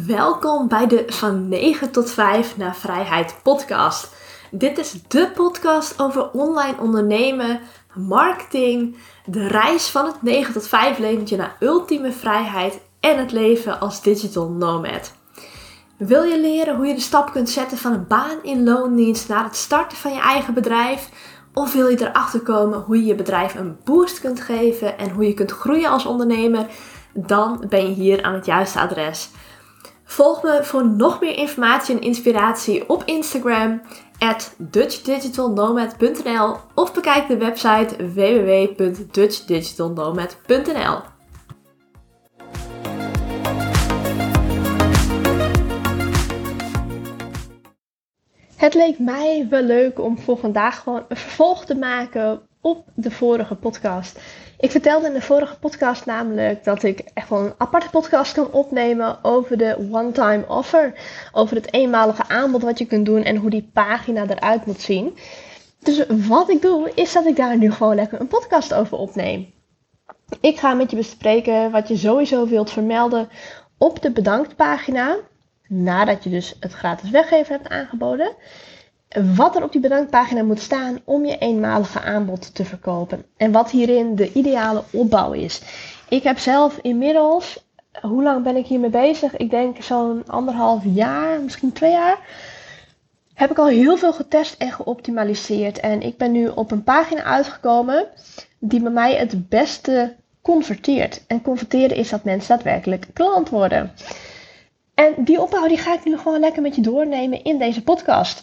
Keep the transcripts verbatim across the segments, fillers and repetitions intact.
Welkom bij de Van negen tot vijf naar Vrijheid podcast. Dit is de podcast over online ondernemen, marketing, de reis van het negen tot vijf leventje naar ultieme vrijheid en het leven als digital nomad. Wil je leren hoe je de stap kunt zetten van een baan in loondienst naar het starten van je eigen bedrijf? Of wil je erachter komen hoe je je bedrijf een boost kunt geven en hoe je kunt groeien als ondernemer? Dan ben je hier aan het juiste adres. Volg me voor nog meer informatie en inspiratie op Instagram at dutch digital nomad punt n l of bekijk de website w w w punt dutch digital nomad punt n l. Het leek mij wel leuk om voor vandaag gewoon een vervolg te maken op de vorige podcast. Ik vertelde in de vorige podcast namelijk dat ik echt wel een aparte podcast kan opnemen over de one-time offer. Over het eenmalige aanbod wat je kunt doen en hoe die pagina eruit moet zien. Dus wat ik doe is dat ik daar nu gewoon lekker een podcast over opneem. Ik ga met je bespreken wat je sowieso wilt vermelden op de bedanktpagina. Nadat je dus het gratis weggeven hebt aangeboden. Wat er op die bedanktpagina moet staan om je eenmalige aanbod te verkopen. En wat hierin de ideale opbouw is. Ik heb zelf inmiddels, hoe lang ben ik hiermee bezig? Ik denk zo'n anderhalf jaar, misschien twee jaar. Heb ik al heel veel getest en geoptimaliseerd. En ik ben nu op een pagina uitgekomen die bij mij het beste converteert. En converteren is dat mensen daadwerkelijk klant worden. En die opbouw die ga ik nu gewoon lekker met je doornemen in deze podcast.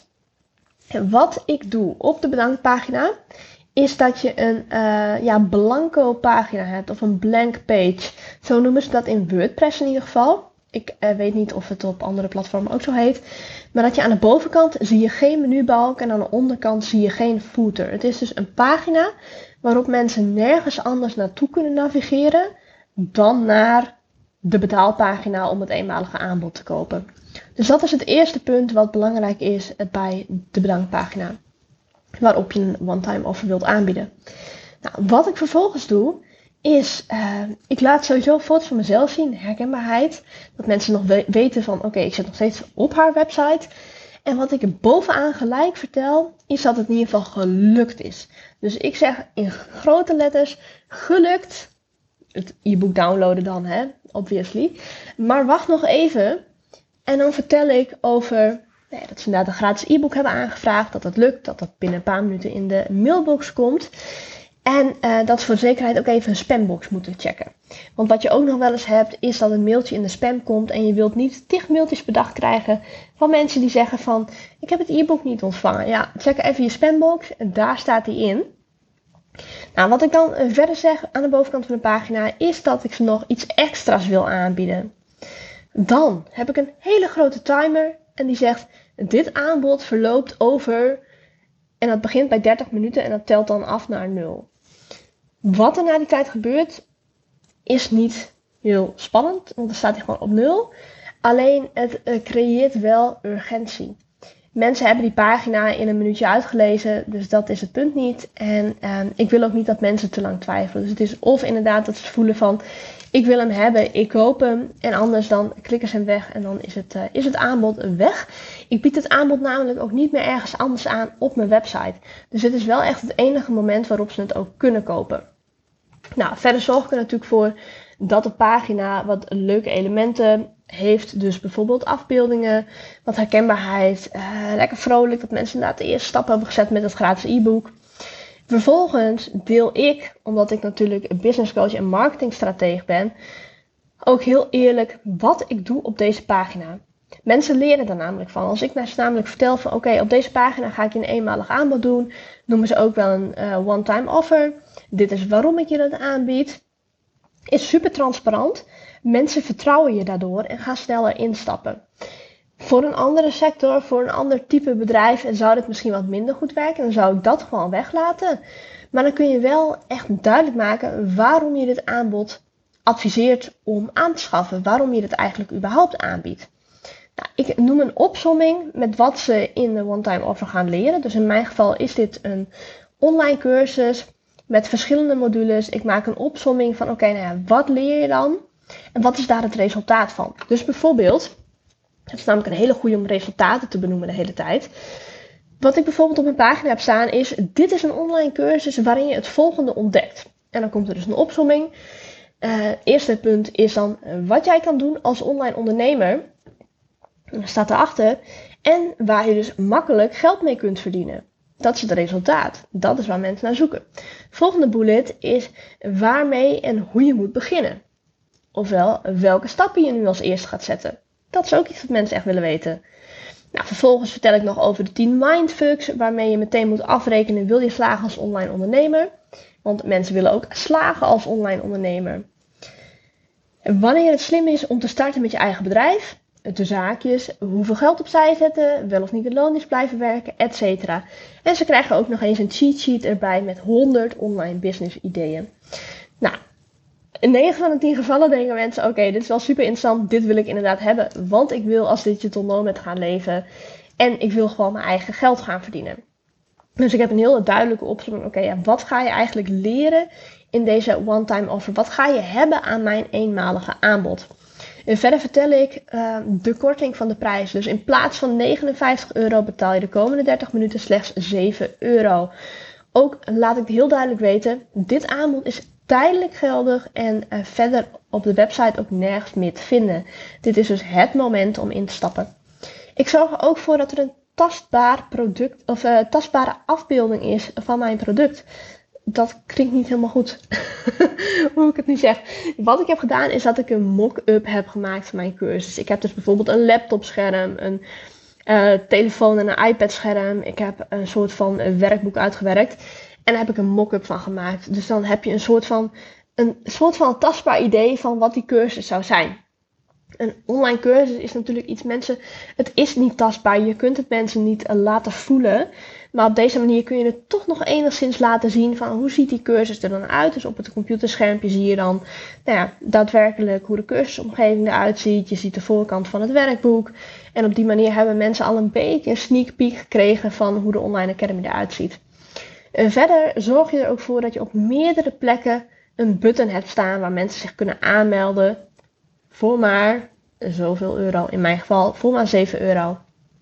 Wat ik doe op de bedanktpagina is dat je een uh, ja, blanco pagina hebt of een blank page. Zo noemen ze dat in WordPress in ieder geval. Ik uh, weet niet of het op andere platformen ook zo heet. Maar dat je aan de bovenkant zie je geen menubalk en aan de onderkant zie je geen footer. Het is dus een pagina waarop mensen nergens anders naartoe kunnen navigeren dan naar de betaalpagina om het eenmalige aanbod te kopen. Dus dat is het eerste punt wat belangrijk is bij de bedankpagina. Waarop je een one-time offer wilt aanbieden. Nou, wat ik vervolgens doe is, uh, ik laat sowieso foto's van mezelf zien, herkenbaarheid. Dat mensen nog we- weten van, oké, okay, ik zit nog steeds op haar website. En wat ik er bovenaan gelijk vertel, is dat het in ieder geval gelukt is. Dus ik zeg in grote letters, gelukt. Het e-book downloaden dan, hè, obviously. Maar wacht nog even. En dan vertel ik over nou ja, dat ze inderdaad een gratis e-book hebben aangevraagd. Dat dat lukt, dat dat binnen een paar minuten in de mailbox komt. En uh, dat ze voor zekerheid ook even een spambox moeten checken. Want wat je ook nog wel eens hebt, is dat een mailtje in de spam komt. En je wilt niet tig mailtjes per dag krijgen van mensen die zeggen van, ik heb het e-book niet ontvangen. Ja, check even je spambox en daar staat die in. Nou, wat ik dan verder zeg aan de bovenkant van de pagina is dat ik ze nog iets extra's wil aanbieden. Dan heb ik een hele grote timer en die zegt, dit aanbod verloopt over, en dat begint bij dertig minuten en dat telt dan af naar nul. Wat er na die tijd gebeurt is niet heel spannend, want dan staat hij gewoon op nul. Alleen het uh, creëert wel urgentie. Mensen hebben die pagina in een minuutje uitgelezen, dus dat is het punt niet. En uh, ik wil ook niet dat mensen te lang twijfelen. Dus het is of inderdaad dat ze voelen van, ik wil hem hebben, ik koop hem. En anders dan klikken ze hem weg en dan is het, uh, is het aanbod weg. Ik bied het aanbod namelijk ook niet meer ergens anders aan op mijn website. Dus dit is wel echt het enige moment waarop ze het ook kunnen kopen. Nou, verder zorg ik er natuurlijk voor dat de pagina wat leuke elementen heeft. Dus bijvoorbeeld afbeeldingen, wat herkenbaarheid, uh, lekker vrolijk. Dat mensen inderdaad de eerste stap hebben gezet met het gratis e-book. Vervolgens deel ik, omdat ik natuurlijk een business coach en marketingstratege ben, ook heel eerlijk wat ik doe op deze pagina. Mensen leren er namelijk van. Als ik namelijk vertel van oké, okay, op deze pagina ga ik je een eenmalig aanbod doen, noemen ze ook wel een uh, one-time offer. Dit is waarom ik je dat aanbied. Is super transparant. Mensen vertrouwen je daardoor en gaan sneller instappen. Voor een andere sector, voor een ander type bedrijf zou dit misschien wat minder goed werken. Dan zou ik dat gewoon weglaten. Maar dan kun je wel echt duidelijk maken waarom je dit aanbod adviseert om aan te schaffen. Waarom je dit eigenlijk überhaupt aanbiedt. Nou, ik noem een opsomming met wat ze in de one-time offer gaan leren. Dus in mijn geval is dit een online cursus met verschillende modules. Ik maak een opsomming van oké, okay, nou ja, wat leer je dan? En wat is daar het resultaat van? Dus bijvoorbeeld, Dat is namelijk een hele goede om resultaten te benoemen de hele tijd. Wat ik bijvoorbeeld op mijn pagina heb staan is, dit is een online cursus waarin je het volgende ontdekt. En dan komt er dus een opsomming. Uh, eerste punt is dan wat jij kan doen als online ondernemer. En dan staat erachter. En waar je dus makkelijk geld mee kunt verdienen. Dat is het resultaat. Dat is waar mensen naar zoeken. Volgende bullet is waarmee en hoe je moet beginnen. Ofwel, welke stappen je nu als eerste gaat zetten. Dat is ook iets wat mensen echt willen weten. Nou, vervolgens vertel ik nog over de tien mindfucks waarmee je meteen moet afrekenen, wil je slagen als online ondernemer. Want mensen willen ook slagen als online ondernemer. En wanneer het slim is om te starten met je eigen bedrijf, de zaakjes, hoeveel geld opzij zetten, wel of niet in loondienst blijven werken, et cetera. En ze krijgen ook nog eens een cheat sheet erbij met honderd online business ideeën. Nou, in negen van de tien gevallen denken mensen, oké, okay, dit is wel super interessant, dit wil ik inderdaad hebben, want ik wil als digital nomad gaan leven en ik wil gewoon mijn eigen geld gaan verdienen. Dus ik heb een heel duidelijke opzomming, oké, okay, ja, wat ga je eigenlijk leren in deze one-time offer? Wat ga je hebben aan mijn eenmalige aanbod? En verder vertel ik uh, de korting van de prijs. Dus in plaats van negenenvijftig euro betaal je de komende dertig minuten slechts zeven euro. Ook laat ik heel duidelijk weten, dit aanbod is tijdelijk geldig en uh, verder op de website ook nergens meer te vinden. Dit is dus het moment om in te stappen. Ik zorg er ook voor dat er een tastbaar product of uh, tastbare afbeelding is van mijn product. Dat klinkt niet helemaal goed. Hoe ik het nu zeg. Wat ik heb gedaan is dat ik een mock-up heb gemaakt van mijn cursus. Ik heb dus bijvoorbeeld een laptopscherm, een uh, telefoon en een iPad-scherm. Ik heb een soort van uh, werkboek uitgewerkt. En daar heb ik een mock-up van gemaakt. Dus dan heb je een soort van een soort van tastbaar idee van wat die cursus zou zijn. Een online cursus is natuurlijk iets mensen, het is niet tastbaar, je kunt het mensen niet uh, laten voelen. Maar op deze manier kun je het toch nog enigszins laten zien van hoe ziet die cursus er dan uit. Dus op het computerschermpje zie je dan nou ja, daadwerkelijk hoe de cursusomgeving eruit ziet. Je ziet de voorkant van het werkboek. En op die manier hebben mensen al een beetje een sneak peek gekregen van hoe de Online Academy eruit ziet. En verder zorg je er ook voor dat je op meerdere plekken een button hebt staan waar mensen zich kunnen aanmelden. Voor maar zoveel euro, in mijn geval voor maar zeven euro.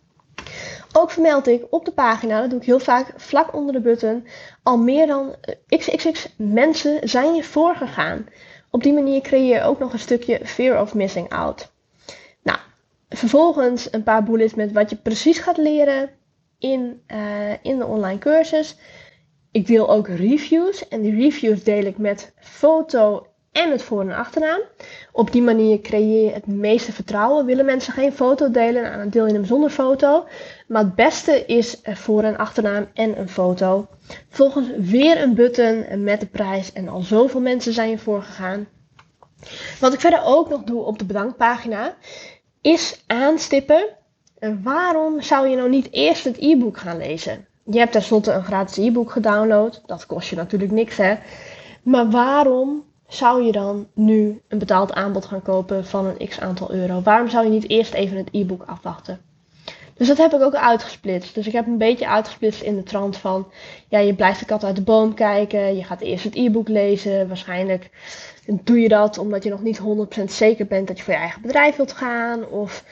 Ook vermeld ik op de pagina, dat doe ik heel vaak vlak onder de button, al meer dan x x x mensen zijn je voorgegaan. Op die manier creëer je ook nog een stukje fear of missing out. Nou, vervolgens een paar bullets met wat je precies gaat leren in, uh, in de online cursus. Ik deel ook reviews en die reviews deel ik met foto en het voor- en achternaam. Op die manier creëer je het meeste vertrouwen. Willen mensen geen foto delen, nou, dan deel je hem zonder foto. Maar het beste is voor- en achternaam en een foto. Vervolgens weer een button met de prijs en al zoveel mensen zijn je voorgegaan. Wat ik verder ook nog doe op de bedankpagina is aanstippen. Waarom zou je nou niet eerst het e-book gaan lezen? Je hebt tenslotte een gratis e-book gedownload. Dat kost je natuurlijk niks, hè. Maar waarom zou je dan nu een betaald aanbod gaan kopen van een x aantal euro? Waarom zou je niet eerst even het e-book afwachten? Dus dat heb ik ook uitgesplitst. Dus ik heb een beetje uitgesplitst in de trant van, ja, je blijft de kat uit de boom kijken. Je gaat eerst het e-book lezen. Waarschijnlijk doe je dat omdat je nog niet honderd procent zeker bent dat je voor je eigen bedrijf wilt gaan. Of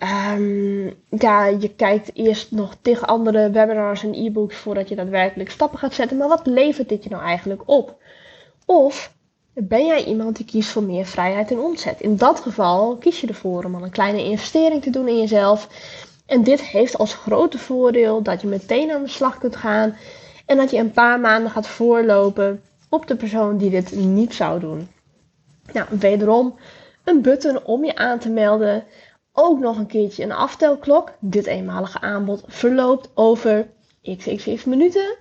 um, ja, je kijkt eerst nog tegen andere webinars en e-books voordat je daadwerkelijk stappen gaat zetten. Maar wat levert dit je nou eigenlijk op? Of ben jij iemand die kiest voor meer vrijheid en omzet? In dat geval kies je ervoor om al een kleine investering te doen in jezelf. En dit heeft als grote voordeel dat je meteen aan de slag kunt gaan. En dat je een paar maanden gaat voorlopen op de persoon die dit niet zou doen. Nou, wederom een button om je aan te melden. Ook nog een keertje een aftelklok. Dit eenmalige aanbod verloopt over x x x minuten.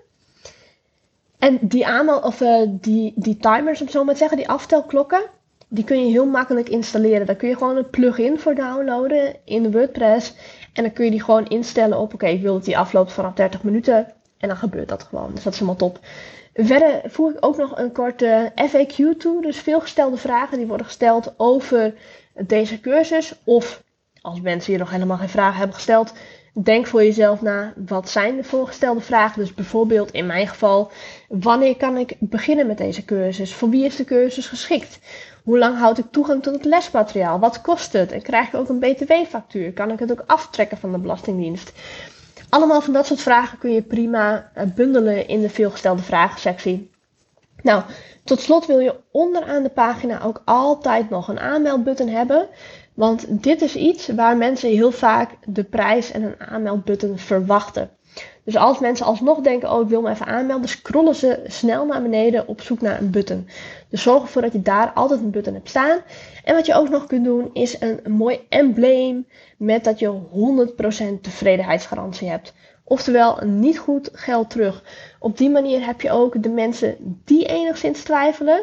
En die, aanmeld, of, uh, die, die timers, om zo maar te zeggen, die aftelklokken, die kun je heel makkelijk installeren. Daar kun je gewoon een plugin voor downloaden in de WordPress. En dan kun je die gewoon instellen op, oké, okay, ik wil dat die afloopt vanaf dertig minuten. En dan gebeurt dat gewoon. Dus dat is helemaal top. Verder voeg ik ook nog een korte F A Q toe. Dus veel gestelde vragen die worden gesteld over deze cursus. Of als mensen hier nog helemaal geen vragen hebben gesteld, denk voor jezelf na, wat zijn de voorgestelde vragen? Dus bijvoorbeeld in mijn geval, wanneer kan ik beginnen met deze cursus? Voor wie is de cursus geschikt? Hoe lang houd ik toegang tot het lesmateriaal? Wat kost het? En krijg ik ook een B T W-factuur? Kan ik het ook aftrekken van de Belastingdienst? Allemaal van dat soort vragen kun je prima bundelen in de veelgestelde vragen sectie. Nou, tot slot wil je onderaan de pagina ook altijd nog een aanmeldbutton hebben. Want dit is iets waar mensen heel vaak de prijs en een aanmeldbutton verwachten. Dus als mensen alsnog denken, oh ik wil me even aanmelden, scrollen ze snel naar beneden op zoek naar een button. Dus zorg ervoor dat je daar altijd een button hebt staan. En wat je ook nog kunt doen is een mooi embleem met dat je honderd procent tevredenheidsgarantie hebt. Oftewel, niet goed geld terug. Op die manier heb je ook de mensen die enigszins twijfelen.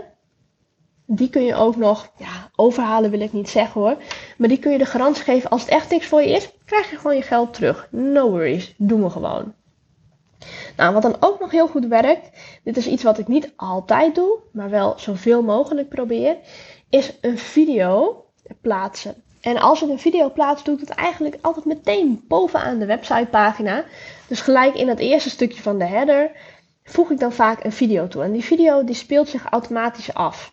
Die kun je ook nog, ja, overhalen wil ik niet zeggen hoor. Maar die kun je de garantie geven, als het echt niks voor je is, krijg je gewoon je geld terug. No worries, doen we gewoon. Nou, wat dan ook nog heel goed werkt, dit is iets wat ik niet altijd doe, maar wel zoveel mogelijk probeer, is een video plaatsen. En als ik een video plaats, doe ik het eigenlijk altijd meteen bovenaan de websitepagina. Dus gelijk in het eerste stukje van de header voeg ik dan vaak een video toe. En die video die speelt zich automatisch af.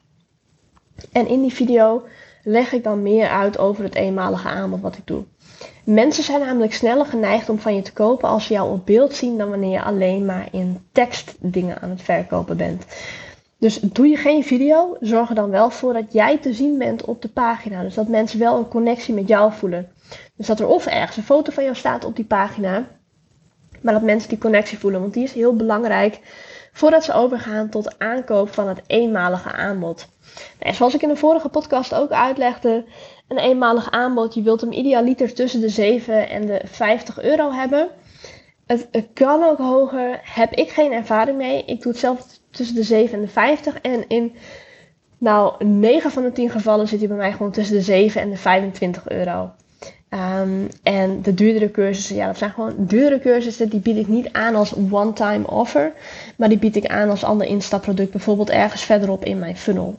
En in die video leg ik dan meer uit over het eenmalige aanbod wat ik doe. Mensen zijn namelijk sneller geneigd om van je te kopen als ze jou op beeld zien dan wanneer je alleen maar in tekst dingen aan het verkopen bent. Dus doe je geen video, zorg er dan wel voor dat jij te zien bent op de pagina. Dus dat mensen wel een connectie met jou voelen. Dus dat er of ergens een foto van jou staat op die pagina, maar dat mensen die connectie voelen. Want die is heel belangrijk voordat ze overgaan tot aankoop van het eenmalige aanbod. En zoals ik in de vorige podcast ook uitlegde, een eenmalig aanbod, je wilt hem idealiter tussen de zeven en de vijftig euro hebben. Het, het kan ook hoger, heb ik geen ervaring mee. Ik doe het zelf tussen de zeven en de vijftig. En in nou, negen van de tien gevallen zit hij bij mij gewoon tussen de zeven en de vijfentwintig euro. Um, en de duurdere cursussen, ja, dat zijn gewoon duurdere cursussen. Die bied ik niet aan als one-time offer. Maar die bied ik aan als ander instapproduct. Bijvoorbeeld ergens verderop in mijn funnel.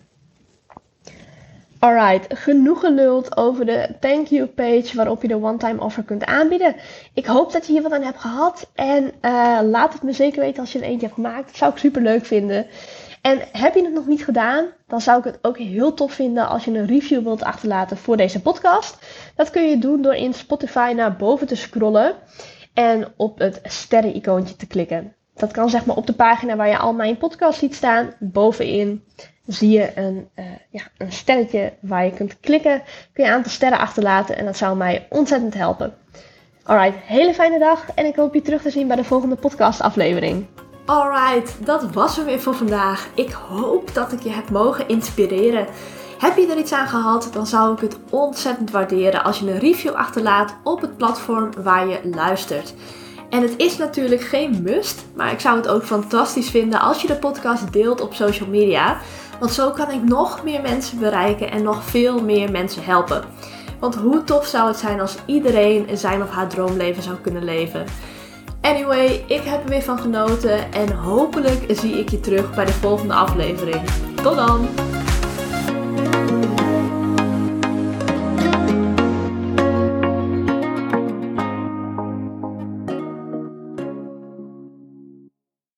Alright, genoeg geluld over de thank you page waarop je de one-time offer kunt aanbieden. Ik hoop dat je hier wat aan hebt gehad. En uh, laat het me zeker weten als je er eentje hebt gemaakt. Dat zou ik super leuk vinden. En heb je het nog niet gedaan, dan zou ik het ook heel tof vinden als je een review wilt achterlaten voor deze podcast. Dat kun je doen door in Spotify naar boven te scrollen en op het sterren-icoontje te klikken. Dat kan zeg maar op de pagina waar je al mijn podcast ziet staan. Bovenin zie je een, uh, ja, een sterretje waar je kunt klikken. Kun je een aantal sterren achterlaten en dat zou mij ontzettend helpen. Alright, hele fijne dag en ik hoop je terug te zien bij de volgende podcast aflevering. Alright, dat was hem weer voor vandaag. Ik hoop dat ik je heb mogen inspireren. Heb je er iets aan gehad, dan zou ik het ontzettend waarderen als je een review achterlaat op het platform waar je luistert. En het is natuurlijk geen must, maar ik zou het ook fantastisch vinden als je de podcast deelt op social media. Want zo kan ik nog meer mensen bereiken en nog veel meer mensen helpen. Want hoe tof zou het zijn als iedereen zijn of haar droomleven zou kunnen leven. Anyway, ik heb er weer van genoten en hopelijk zie ik je terug bij de volgende aflevering. Tot dan!